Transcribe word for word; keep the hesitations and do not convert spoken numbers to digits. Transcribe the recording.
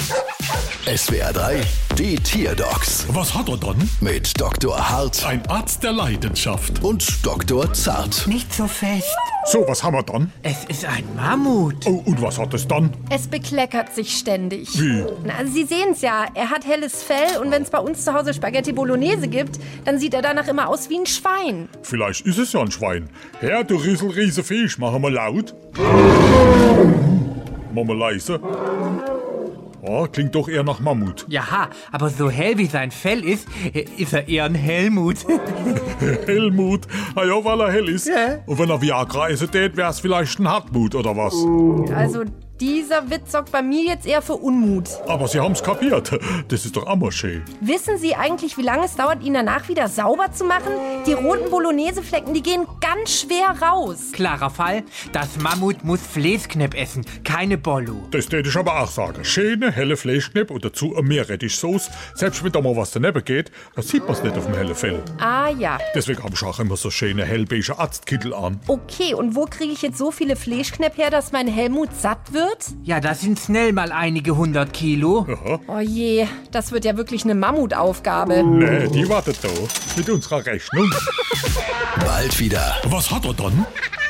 S W R drei, die Tierdocs Was hat er dann? mit Doktor Hart Ein Arzt der Leidenschaft. und Doktor Zart. Nicht so fest. So, was haben wir dann? Es ist ein Mammut. Oh, und was hat es dann? Es bekleckert sich ständig. Wie? Na, Sie sehen's ja, er hat helles Fell und wenn es bei uns zu Hause Spaghetti Bolognese gibt, dann sieht er danach immer aus wie ein Schwein. Vielleicht ist es ja ein Schwein. Herr, du Rieselriesefisch, machen wir laut. Machen wir leise. Oh, klingt doch eher nach Mammut. Ja, aber so hell wie sein Fell ist, ist er eher ein Helmut. Helmut. Ah ja, weil er hell ist. Ja. Und wenn er Viagra essen tät, wär's vielleicht ein Hartmut oder was? Also dieser Witz sorgt bei mir jetzt eher für Unmut. Aber Sie haben's kapiert. Das ist doch immer schön. Wissen Sie eigentlich, wie lange es dauert, ihn danach wieder sauber zu machen? Die roten Bolognese-Flecken, die gehen ganz schwer raus. Klarer Fall, das Mammut muss Fleesknepp essen, keine Bollo. Das tät ich aber auch sagen. Schöne, helle Fleischknepp und dazu eine Meerrettichsauce. Selbst wenn da mal was daneben geht, dann sieht man's nicht auf dem hellen Fell. Ah ja. Deswegen habe ich auch immer so schöne hellbeige Arztkittel an. Okay, und wo kriege ich jetzt so viele Fleischknepp her, dass mein Helmut satt wird? Ja, das sind schnell mal einige hundert Kilo. Oh je, das wird ja wirklich eine Mammutaufgabe. Nee, die wartet da. Mit unserer Rechnung. Bald wieder. Was hat er dann?